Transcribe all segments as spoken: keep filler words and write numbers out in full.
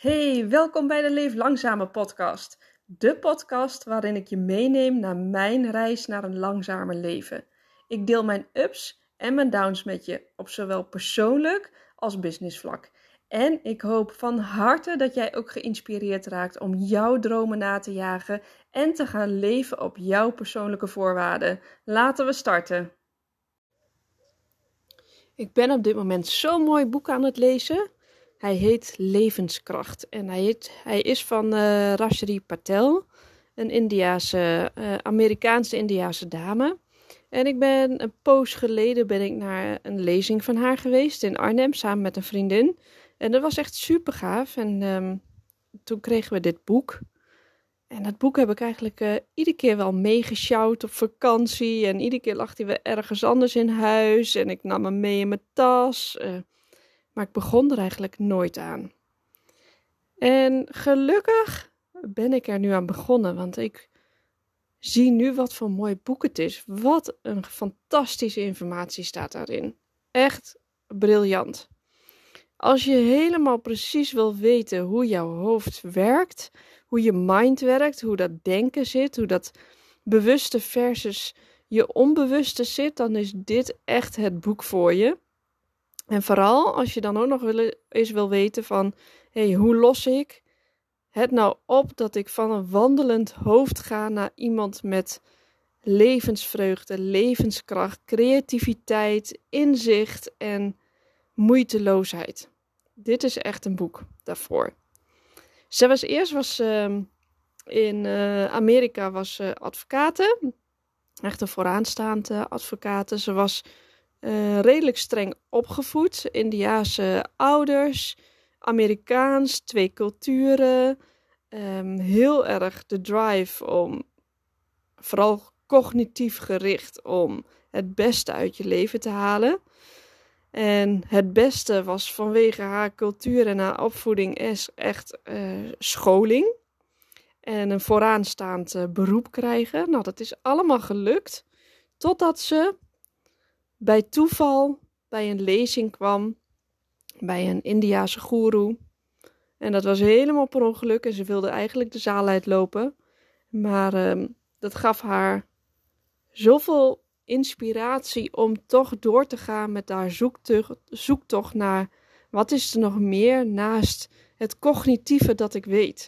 Hey, welkom bij de Leef Langzamer podcast. De podcast waarin ik je meeneem naar mijn reis naar een langzamer leven. Ik deel mijn ups en mijn downs met je op zowel persoonlijk als businessvlak. En ik hoop van harte dat jij ook geïnspireerd raakt om jouw dromen na te jagen en te gaan leven op jouw persoonlijke voorwaarden. Laten we starten. Ik ben op dit moment zo'n mooi boek aan het lezen. Hij heet Levenskracht en hij, heet, hij is van uh, Rashri Patel, een Indiase, uh, Amerikaanse Indiase dame. En ik ben een poos geleden ben ik naar een lezing van haar geweest in Arnhem samen met een vriendin. En dat was echt super gaaf. En um, toen kregen we dit boek. En dat boek heb ik eigenlijk uh, iedere keer wel meegesjouwd op vakantie. En iedere keer lag hij weer ergens anders in huis. En ik nam hem mee in mijn tas. Uh, maar ik begon er eigenlijk nooit aan. En gelukkig ben ik er nu aan begonnen. Want ik zie nu wat voor een mooi boek het is. Wat een fantastische informatie staat daarin. Echt briljant. Als je helemaal precies wil weten hoe jouw hoofd werkt, hoe je mind werkt, hoe dat denken zit, hoe dat bewuste versus je onbewuste zit, dan is dit echt het boek voor je. En vooral als je dan ook nog eens wil weten van, hé, hey, hoe los ik het nou op dat ik van een wandelend hoofd ga naar iemand met levensvreugde, levenskracht, creativiteit, inzicht en moeiteloosheid. Dit is echt een boek daarvoor. Zij was eerst was, uh, in uh, Amerika was uh, advocate. Echt een vooraanstaande advocate. Ze was uh, redelijk streng opgevoed. Indiase ouders. Amerikaans, twee culturen. Um, heel erg de drive om, vooral cognitief gericht, om het beste uit je leven te halen. En het beste was vanwege haar cultuur en haar opvoeding is echt uh, scholing. En een vooraanstaand uh, beroep krijgen. Nou, dat is allemaal gelukt. Totdat ze bij toeval bij een lezing kwam. Bij een Indiase goeroe. En dat was helemaal per ongeluk. En ze wilde eigenlijk de zaal uitlopen. Maar uh, dat gaf haar zoveel inspiratie om toch door te gaan met haar zoektocht, zoektocht naar wat is er nog meer naast het cognitieve dat ik weet.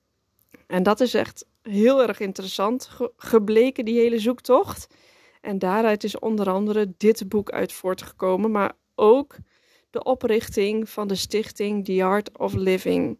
En dat is echt heel erg interessant ge- gebleken, die hele zoektocht. En daaruit is onder andere dit boek uit voortgekomen, maar ook de oprichting van de stichting The Art of Living.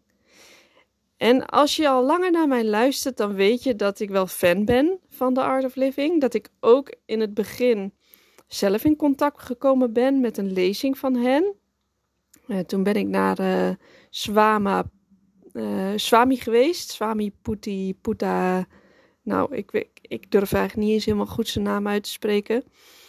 En als je al langer naar mij luistert, dan weet je dat ik wel fan ben van The Art of Living. Dat ik ook in het begin zelf in contact gekomen ben met een lezing van hen. Uh, toen ben ik naar uh, Swama, uh, Swami geweest. Swami Putti Putta. Nou, ik, ik, ik durf eigenlijk niet eens helemaal goed zijn naam uit te spreken.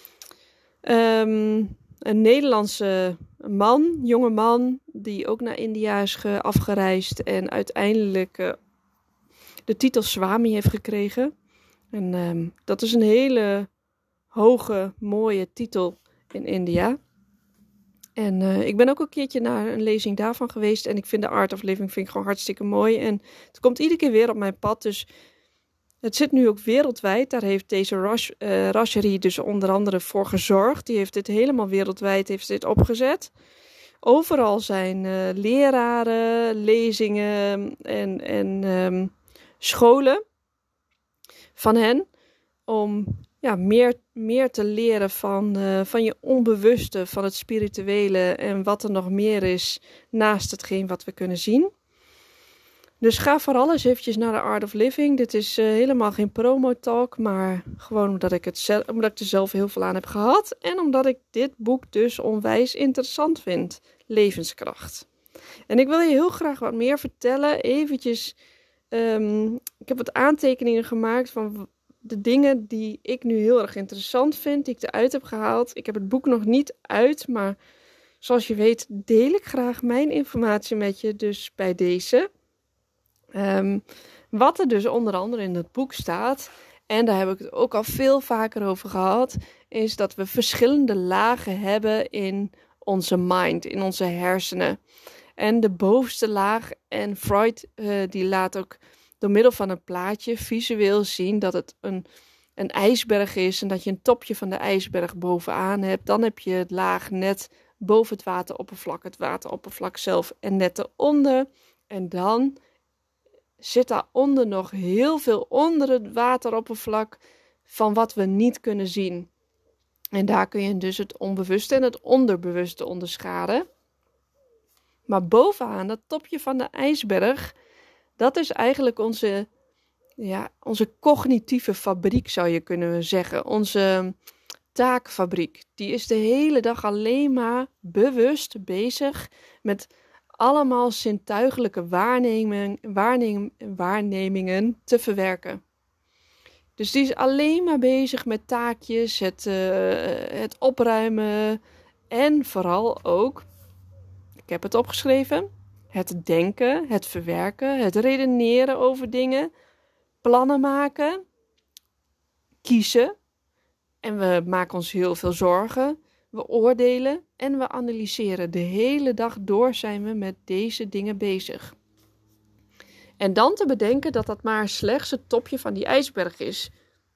Um, een Nederlandse man, jonge man, die ook naar India is ge- afgereisd en uiteindelijk uh, de titel Swami heeft gekregen. En um, dat is een hele hoge, mooie titel in India. En uh, ik ben ook een keertje naar een lezing daarvan geweest. En ik vind de Art of Living vind ik gewoon hartstikke mooi. En het komt iedere keer weer op mijn pad. Dus het zit nu ook wereldwijd. Daar heeft deze Rash, uh, Rashri dus onder andere voor gezorgd. Die heeft dit helemaal wereldwijd heeft dit opgezet. Overal zijn uh, leraren, lezingen en, en um, scholen van hen. Om ja, meer, meer te leren van, uh, van je onbewuste, van het spirituele en wat er nog meer is naast hetgeen wat we kunnen zien. Dus ga vooral eens eventjes naar de Art of Living. Dit is uh, helemaal geen promo-talk, maar gewoon omdat ik, het zelf, omdat ik er zelf heel veel aan heb gehad. En omdat ik dit boek dus onwijs interessant vind. Levenskracht. En ik wil je heel graag wat meer vertellen. Eventjes, um, ik heb wat aantekeningen gemaakt van de dingen die ik nu heel erg interessant vind. Die ik eruit heb gehaald. Ik heb het boek nog niet uit, maar zoals je weet deel ik graag mijn informatie met je. Dus bij deze. Um, wat er dus onder andere in het boek staat, en daar heb ik het ook al veel vaker over gehad, is dat we verschillende lagen hebben in onze mind, in onze hersenen. En de bovenste laag, en Freud uh, die laat ook door middel van een plaatje visueel zien dat het een, een ijsberg is en dat je een topje van de ijsberg bovenaan hebt. Dan heb je het laag net boven het wateroppervlak, het wateroppervlak zelf en net eronder. En dan zit daaronder nog heel veel onder het wateroppervlak van wat we niet kunnen zien. En daar kun je dus het onbewuste en het onderbewuste onderscheiden. Maar bovenaan, dat topje van de ijsberg, dat is eigenlijk onze, ja, onze cognitieve fabriek, zou je kunnen zeggen. Onze taakfabriek. Die is de hele dag alleen maar bewust bezig met allemaal zintuigelijke waarneming, waarneming, waarnemingen te verwerken. Dus die is alleen maar bezig met taakjes, het, uh, het opruimen en vooral ook, ik heb het opgeschreven, het denken, het verwerken, het redeneren over dingen, plannen maken, kiezen. En we maken ons heel veel zorgen, we oordelen en we analyseren. De hele dag door zijn we met deze dingen bezig. En dan te bedenken dat dat maar slechts het topje van die ijsberg is.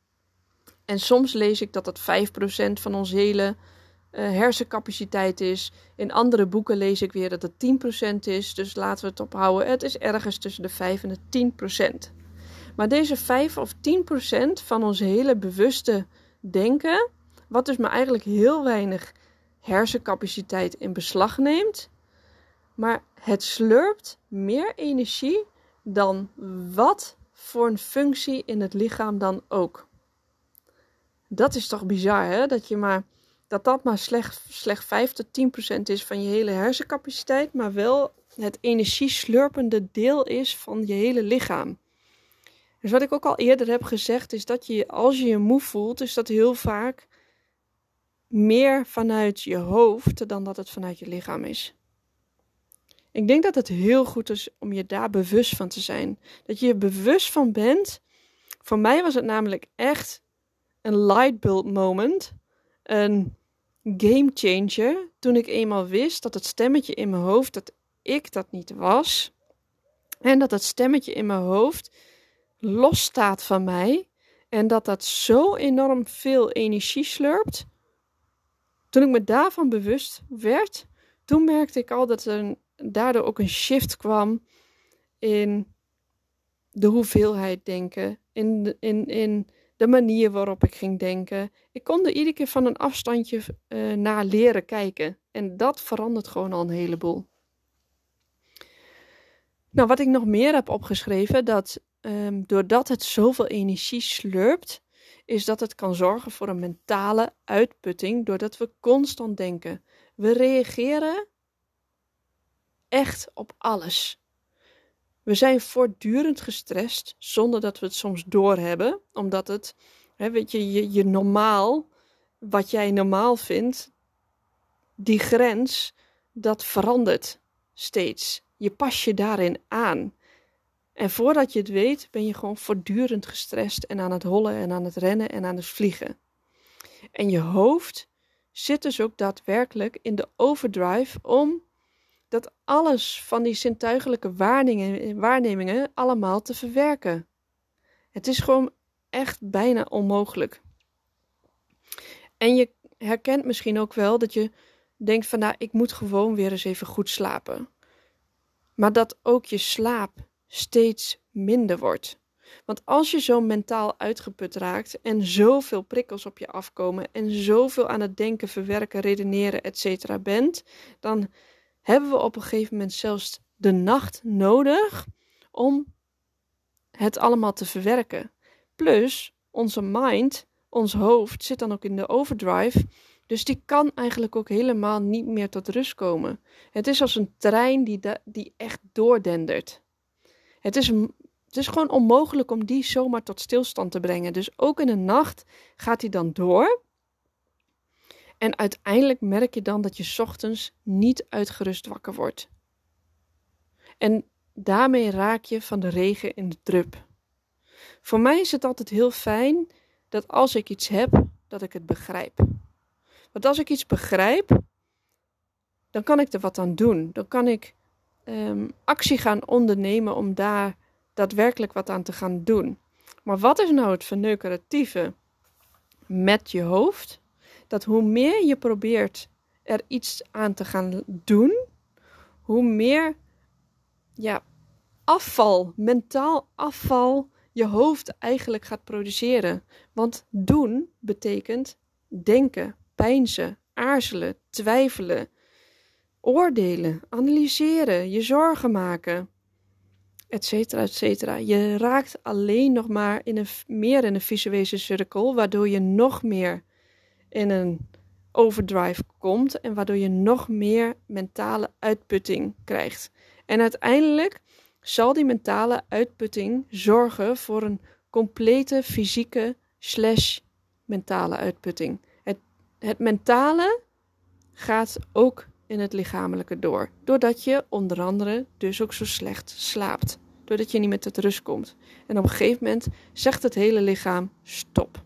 En soms lees ik dat dat vijf procent van onze hele uh, hersencapaciteit is. In andere boeken lees ik weer dat het tien procent is. Dus laten we het ophouden. Het is ergens tussen de vijf en de tien procent. Maar deze vijf of tien procent van onze hele bewuste denken, wat dus maar eigenlijk heel weinig hersencapaciteit in beslag neemt, maar het slurpt meer energie dan wat voor een functie in het lichaam dan ook. Dat is toch bizar, hè? Dat je maar, dat, dat maar slecht, slecht vijf tot tien procent is van je hele hersencapaciteit, maar wel het energieslurpende deel is van je hele lichaam. Dus wat ik ook al eerder heb gezegd, is dat je, als je je moe voelt, is dat heel vaak meer vanuit je hoofd dan dat het vanuit je lichaam is. Ik denk dat het heel goed is om je daar bewust van te zijn. Dat je je bewust van bent. Voor mij was het namelijk echt een lightbulb moment. Een game changer. Toen ik eenmaal wist dat het stemmetje in mijn hoofd, dat ik dat niet was. En dat het stemmetje in mijn hoofd losstaat van mij. En dat dat zo enorm veel energie slurpt. Toen ik me daarvan bewust werd, toen merkte ik al dat er een, daardoor ook een shift kwam in de hoeveelheid denken. In de, in, in de manier waarop ik ging denken. Ik kon er iedere keer van een afstandje uh, naar leren kijken. En dat verandert gewoon al een heleboel. Nou, wat ik nog meer heb opgeschreven, dat um, doordat het zoveel energie slurpt, is dat het kan zorgen voor een mentale uitputting, doordat we constant denken. We reageren echt op alles. We zijn voortdurend gestrest, zonder dat we het soms doorhebben, omdat het, hè, weet je, je, je normaal, wat jij normaal vindt, die grens, dat verandert steeds. Je pas je daarin aan. En voordat je het weet, ben je gewoon voortdurend gestrest en aan het hollen en aan het rennen en aan het vliegen. En je hoofd zit dus ook daadwerkelijk in de overdrive om dat alles van die zintuigelijke waarnemingen, waarnemingen allemaal te verwerken. Het is gewoon echt bijna onmogelijk. En je herkent misschien ook wel dat je denkt van nou, ik moet gewoon weer eens even goed slapen. Maar dat ook je slaap steeds minder wordt. Want als je zo mentaal uitgeput raakt en zoveel prikkels op je afkomen en zoveel aan het denken, verwerken, redeneren, et cetera bent, dan hebben we op een gegeven moment zelfs de nacht nodig om het allemaal te verwerken. Plus, onze mind, ons hoofd, zit dan ook in de overdrive. Dus die kan eigenlijk ook helemaal niet meer tot rust komen. Het is als een trein die, da- die echt doordendert. Het is, het is gewoon onmogelijk om die zomaar tot stilstand te brengen. Dus ook in de nacht gaat die dan door. En uiteindelijk merk je dan dat je 's ochtends niet uitgerust wakker wordt. En daarmee raak je van de regen in de drup. Voor mij is het altijd heel fijn dat als ik iets heb, dat ik het begrijp. Want als ik iets begrijp, dan kan ik er wat aan doen. Dan kan ik um, actie gaan ondernemen om daar daadwerkelijk wat aan te gaan doen. Maar wat is nou het verneukeratieve met je hoofd? Dat hoe meer je probeert er iets aan te gaan doen, hoe meer ja, afval, mentaal afval, je hoofd eigenlijk gaat produceren. Want doen betekent denken, peinzen, aarzelen, twijfelen, oordelen, analyseren, je zorgen maken, et cetera, et cetera. Je raakt alleen nog maar in een, meer in een visuele cirkel, waardoor je nog meer in een overdrive komt en waardoor je nog meer mentale uitputting krijgt. En uiteindelijk zal die mentale uitputting zorgen voor een complete fysieke slash mentale uitputting. Het, het mentale gaat ook in het lichamelijke door. Doordat je onder andere dus ook zo slecht slaapt. Doordat je niet meer tot rust komt. En op een gegeven moment zegt het hele lichaam stop.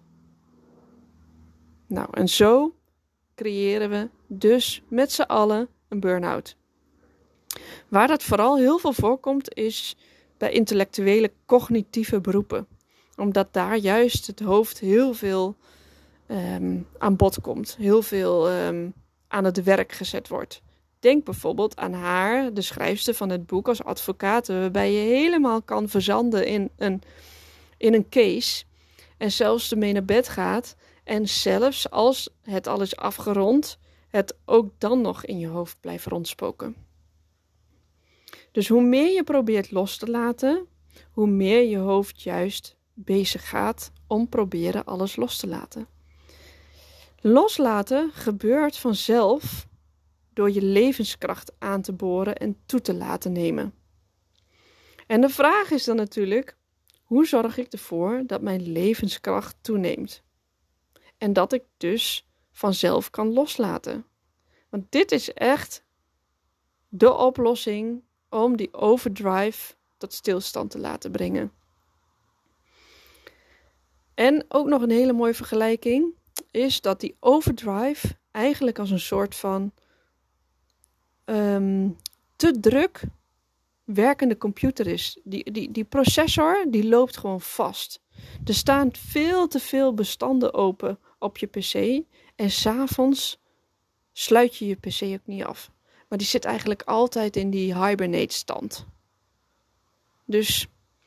Nou, en zo creëren we dus met z'n allen een burn-out. Waar dat vooral heel veel voorkomt is bij intellectuele cognitieve beroepen. Omdat daar juist het hoofd heel veel um, aan bod komt. Heel veel um, aan het werk gezet wordt. Denk bijvoorbeeld aan haar, de schrijfster van het boek als advocaat, waarbij je helemaal kan verzanden in een, in een case. En zelfs ermee naar bed gaat. En zelfs als het al is afgerond, het ook dan nog in je hoofd blijft rondspoken. Dus hoe meer je probeert los te laten, hoe meer je hoofd juist bezig gaat om proberen alles los te laten. Loslaten gebeurt vanzelf door je levenskracht aan te boren en toe te laten nemen. En de vraag is dan natuurlijk, hoe zorg ik ervoor dat mijn levenskracht toeneemt? En dat ik dus vanzelf kan loslaten. Want dit is echt de oplossing om die overdrive tot stilstand te laten brengen. En ook nog een hele mooie vergelijking is dat die overdrive eigenlijk als een soort van um, te druk werkende computer is. Die, die, die processor die loopt gewoon vast. Er staan veel te veel bestanden open op je pc en 's avonds sluit je je pc ook niet af. Maar die zit eigenlijk altijd in die hibernate stand. Dus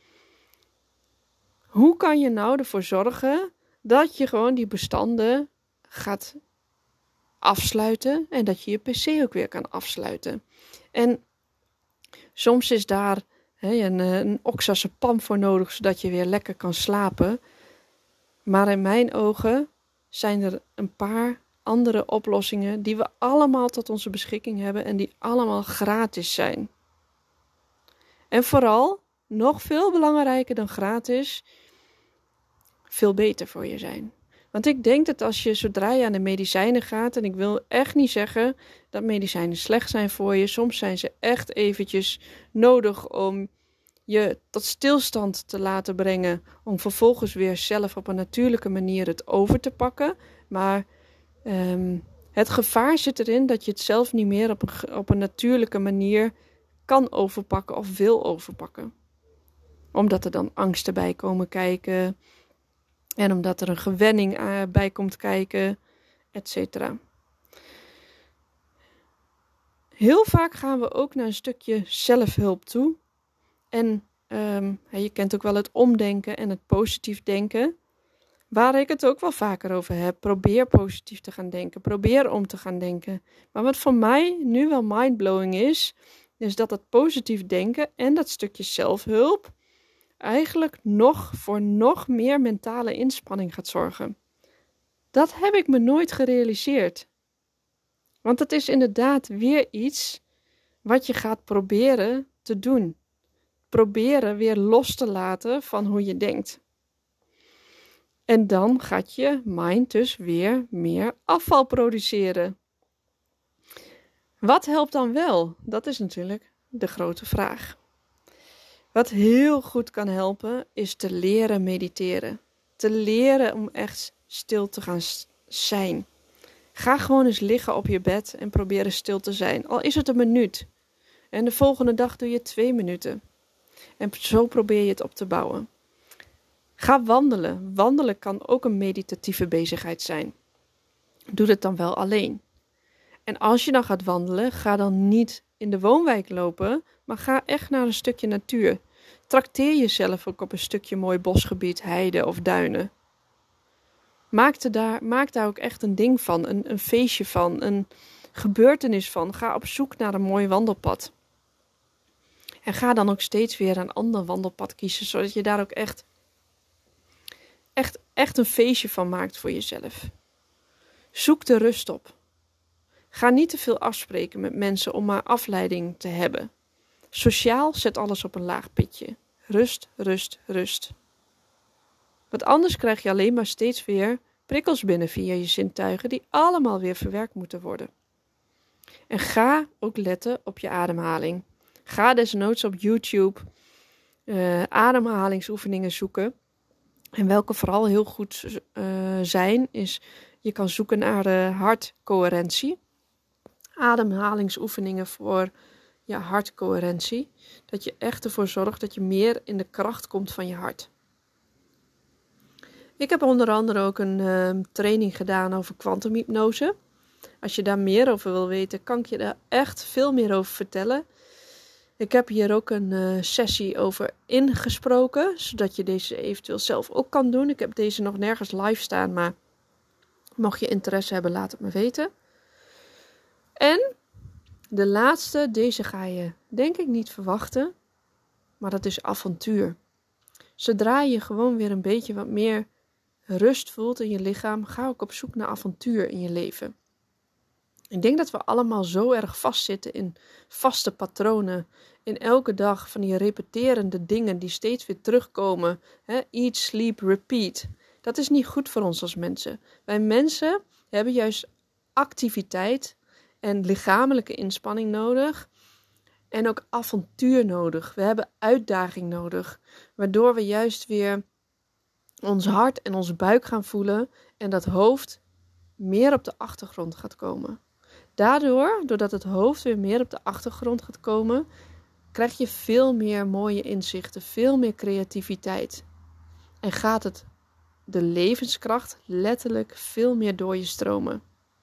hoe kan je nou ervoor zorgen dat je gewoon die bestanden gaat afsluiten en dat je je pc ook weer kan afsluiten? En soms is daar he, een, een oxazepam voor nodig, zodat je weer lekker kan slapen. Maar in mijn ogen zijn er een paar andere oplossingen die we allemaal tot onze beschikking hebben en die allemaal gratis zijn. En vooral, nog veel belangrijker dan gratis, veel beter voor je zijn. Want ik denk dat als je, zodra je aan de medicijnen gaat, en ik wil echt niet zeggen dat medicijnen slecht zijn voor je, soms zijn ze echt eventjes nodig om je tot stilstand te laten brengen, om vervolgens weer zelf op een natuurlijke manier het over te pakken. Maar um, het gevaar zit erin dat je het zelf niet meer op een, op een natuurlijke manier kan overpakken of wil overpakken. Omdat er dan angsten bij komen kijken en omdat er een gewenning bij komt kijken, et cetera. Heel vaak gaan we ook naar een stukje zelfhulp toe. En um, je kent ook wel het omdenken en het positief denken. Waar ik het ook wel vaker over heb. Probeer positief te gaan denken. Probeer om te gaan denken. Maar wat voor mij nu wel mindblowing is, is dat het positief denken en dat stukje zelfhulp eigenlijk nog voor nog meer mentale inspanning gaat zorgen. Dat heb ik me nooit gerealiseerd. Want het is inderdaad weer iets wat je gaat proberen te doen. Proberen weer los te laten van hoe je denkt. En dan gaat je mind dus weer meer afval produceren. Wat helpt dan wel? Dat is natuurlijk de grote vraag. Wat heel goed kan helpen is te leren mediteren. Te leren om echt stil te gaan zijn. Ga gewoon eens liggen op je bed en proberen stil te zijn. Al is het een minuut. En de volgende dag doe je twee minuten. En zo probeer je het op te bouwen. Ga wandelen. Wandelen kan ook een meditatieve bezigheid zijn. Doe het dan wel alleen. En als je dan gaat wandelen, ga dan niet in de woonwijk lopen, maar ga echt naar een stukje natuur. Trakteer jezelf ook op een stukje mooi bosgebied, heide of duinen. Maak, er daar, maak daar ook echt een ding van, een, een feestje van, een gebeurtenis van. Ga op zoek naar een mooi wandelpad. En ga dan ook steeds weer een ander wandelpad kiezen, zodat je daar ook echt, echt, echt een feestje van maakt voor jezelf. Zoek de rust op. Ga niet te veel afspreken met mensen om maar afleiding te hebben. Sociaal zet alles op een laag pitje. Rust, rust, rust. Want anders krijg je alleen maar steeds weer prikkels binnen via je zintuigen die allemaal weer verwerkt moeten worden. En ga ook letten op je ademhaling. Ga desnoods op YouTube uh, ademhalingsoefeningen zoeken. En welke vooral heel goed uh, zijn, is je kan zoeken naar uh, hartcoherentie. Ademhalingsoefeningen voor je hartcoherentie. Dat je echt ervoor zorgt dat je meer in de kracht komt van je hart. Ik heb onder andere ook een uh, training gedaan over kwantumhypnose. Als je daar meer over wil weten, kan ik je daar echt veel meer over vertellen. Ik heb hier ook een uh, sessie over ingesproken, zodat je deze eventueel zelf ook kan doen. Ik heb deze nog nergens live staan, maar mocht je interesse hebben, laat het me weten. En de laatste, deze ga je denk ik niet verwachten, maar dat is avontuur. Zodra je gewoon weer een beetje wat meer rust voelt in je lichaam, ga ook op zoek naar avontuur in je leven. Ik denk dat we allemaal zo erg vastzitten in vaste patronen. In elke dag van die repeterende dingen die steeds weer terugkomen. Hè? Eat, sleep, repeat. Dat is niet goed voor ons als mensen. Wij mensen hebben juist activiteit en lichamelijke inspanning nodig. En ook avontuur nodig. We hebben uitdaging nodig. Waardoor we juist weer ons hart en ons buik gaan voelen. En dat hoofd meer op de achtergrond gaat komen. Daardoor, doordat het hoofd weer meer op de achtergrond gaat komen, krijg je veel meer mooie inzichten, veel meer creativiteit. En gaat het de levenskracht letterlijk veel meer door je stromen.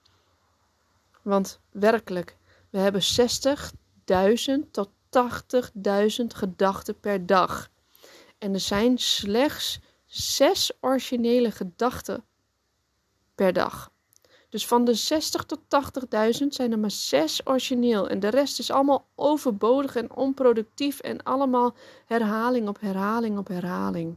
Want werkelijk, we hebben zestigduizend tot tachtigduizend gedachten per dag. En er zijn slechts zes originele gedachten per dag. Dus van de zestig tot tachtigduizend zijn er maar zes origineel. En de rest is allemaal overbodig en onproductief. En allemaal herhaling op herhaling op herhaling.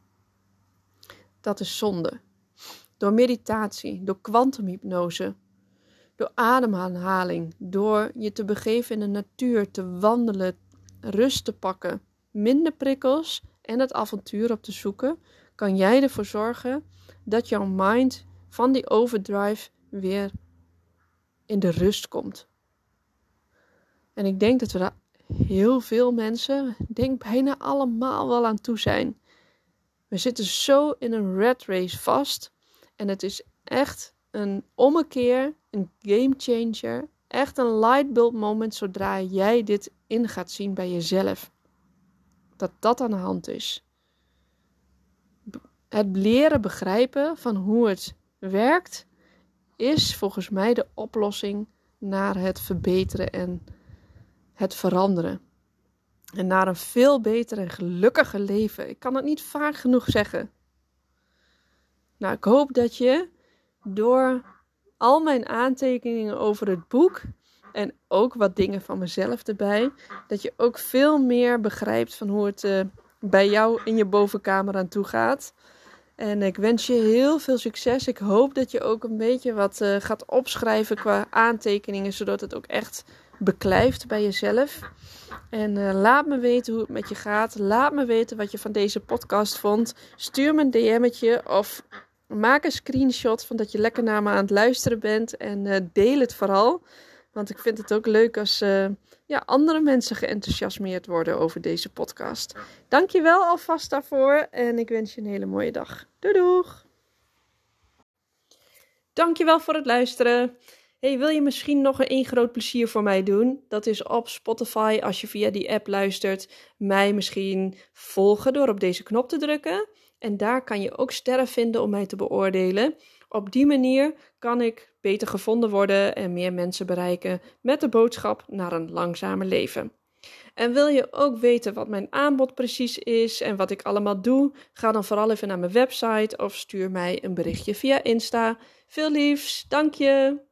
Dat is zonde. Door meditatie, door kwantumhypnose, door ademhaling, door je te begeven in de natuur, te wandelen, rust te pakken, minder prikkels en het avontuur op te zoeken, kan jij ervoor zorgen dat jouw mind van die overdrive weer in de rust komt. En ik denk dat we daar heel veel mensen, ik denk bijna allemaal wel aan toe zijn. We zitten zo in een rat race vast. En het is echt een ommekeer, een game changer. Echt een lightbulb moment zodra jij dit in gaat zien bij jezelf. Dat dat aan de hand is. Het leren begrijpen van hoe het werkt is volgens mij de oplossing naar het verbeteren en het veranderen. En naar een veel beter en gelukkiger leven. Ik kan het niet vaak genoeg zeggen. Nou, ik hoop dat je door al mijn aantekeningen over het boek en ook wat dingen van mezelf erbij, dat je ook veel meer begrijpt van hoe het uh, bij jou in je bovenkamer aan toe gaat. En ik wens je heel veel succes. Ik hoop dat je ook een beetje wat uh, gaat opschrijven qua aantekeningen, zodat het ook echt beklijft bij jezelf. En uh, laat me weten hoe het met je gaat. Laat me weten wat je van deze podcast vond. Stuur me een D M'tje of maak een screenshot van dat je lekker naar me aan het luisteren bent. En uh, deel het vooral. Want ik vind het ook leuk als uh, ja, andere mensen geenthousiasmeerd worden over deze podcast. Dank je wel alvast daarvoor. En ik wens je een hele mooie dag. Doei doeg! Dank je wel voor het luisteren. Hey, wil je misschien nog een één groot plezier voor mij doen? Dat is op Spotify, als je via die app luistert, mij misschien volgen door op deze knop te drukken. En daar kan je ook sterren vinden om mij te beoordelen. Op die manier kan ik beter gevonden worden en meer mensen bereiken met de boodschap naar een langzamer leven. En wil je ook weten wat mijn aanbod precies is en wat ik allemaal doe? Ga dan vooral even naar mijn website of stuur mij een berichtje via Insta. Veel liefs, dank je!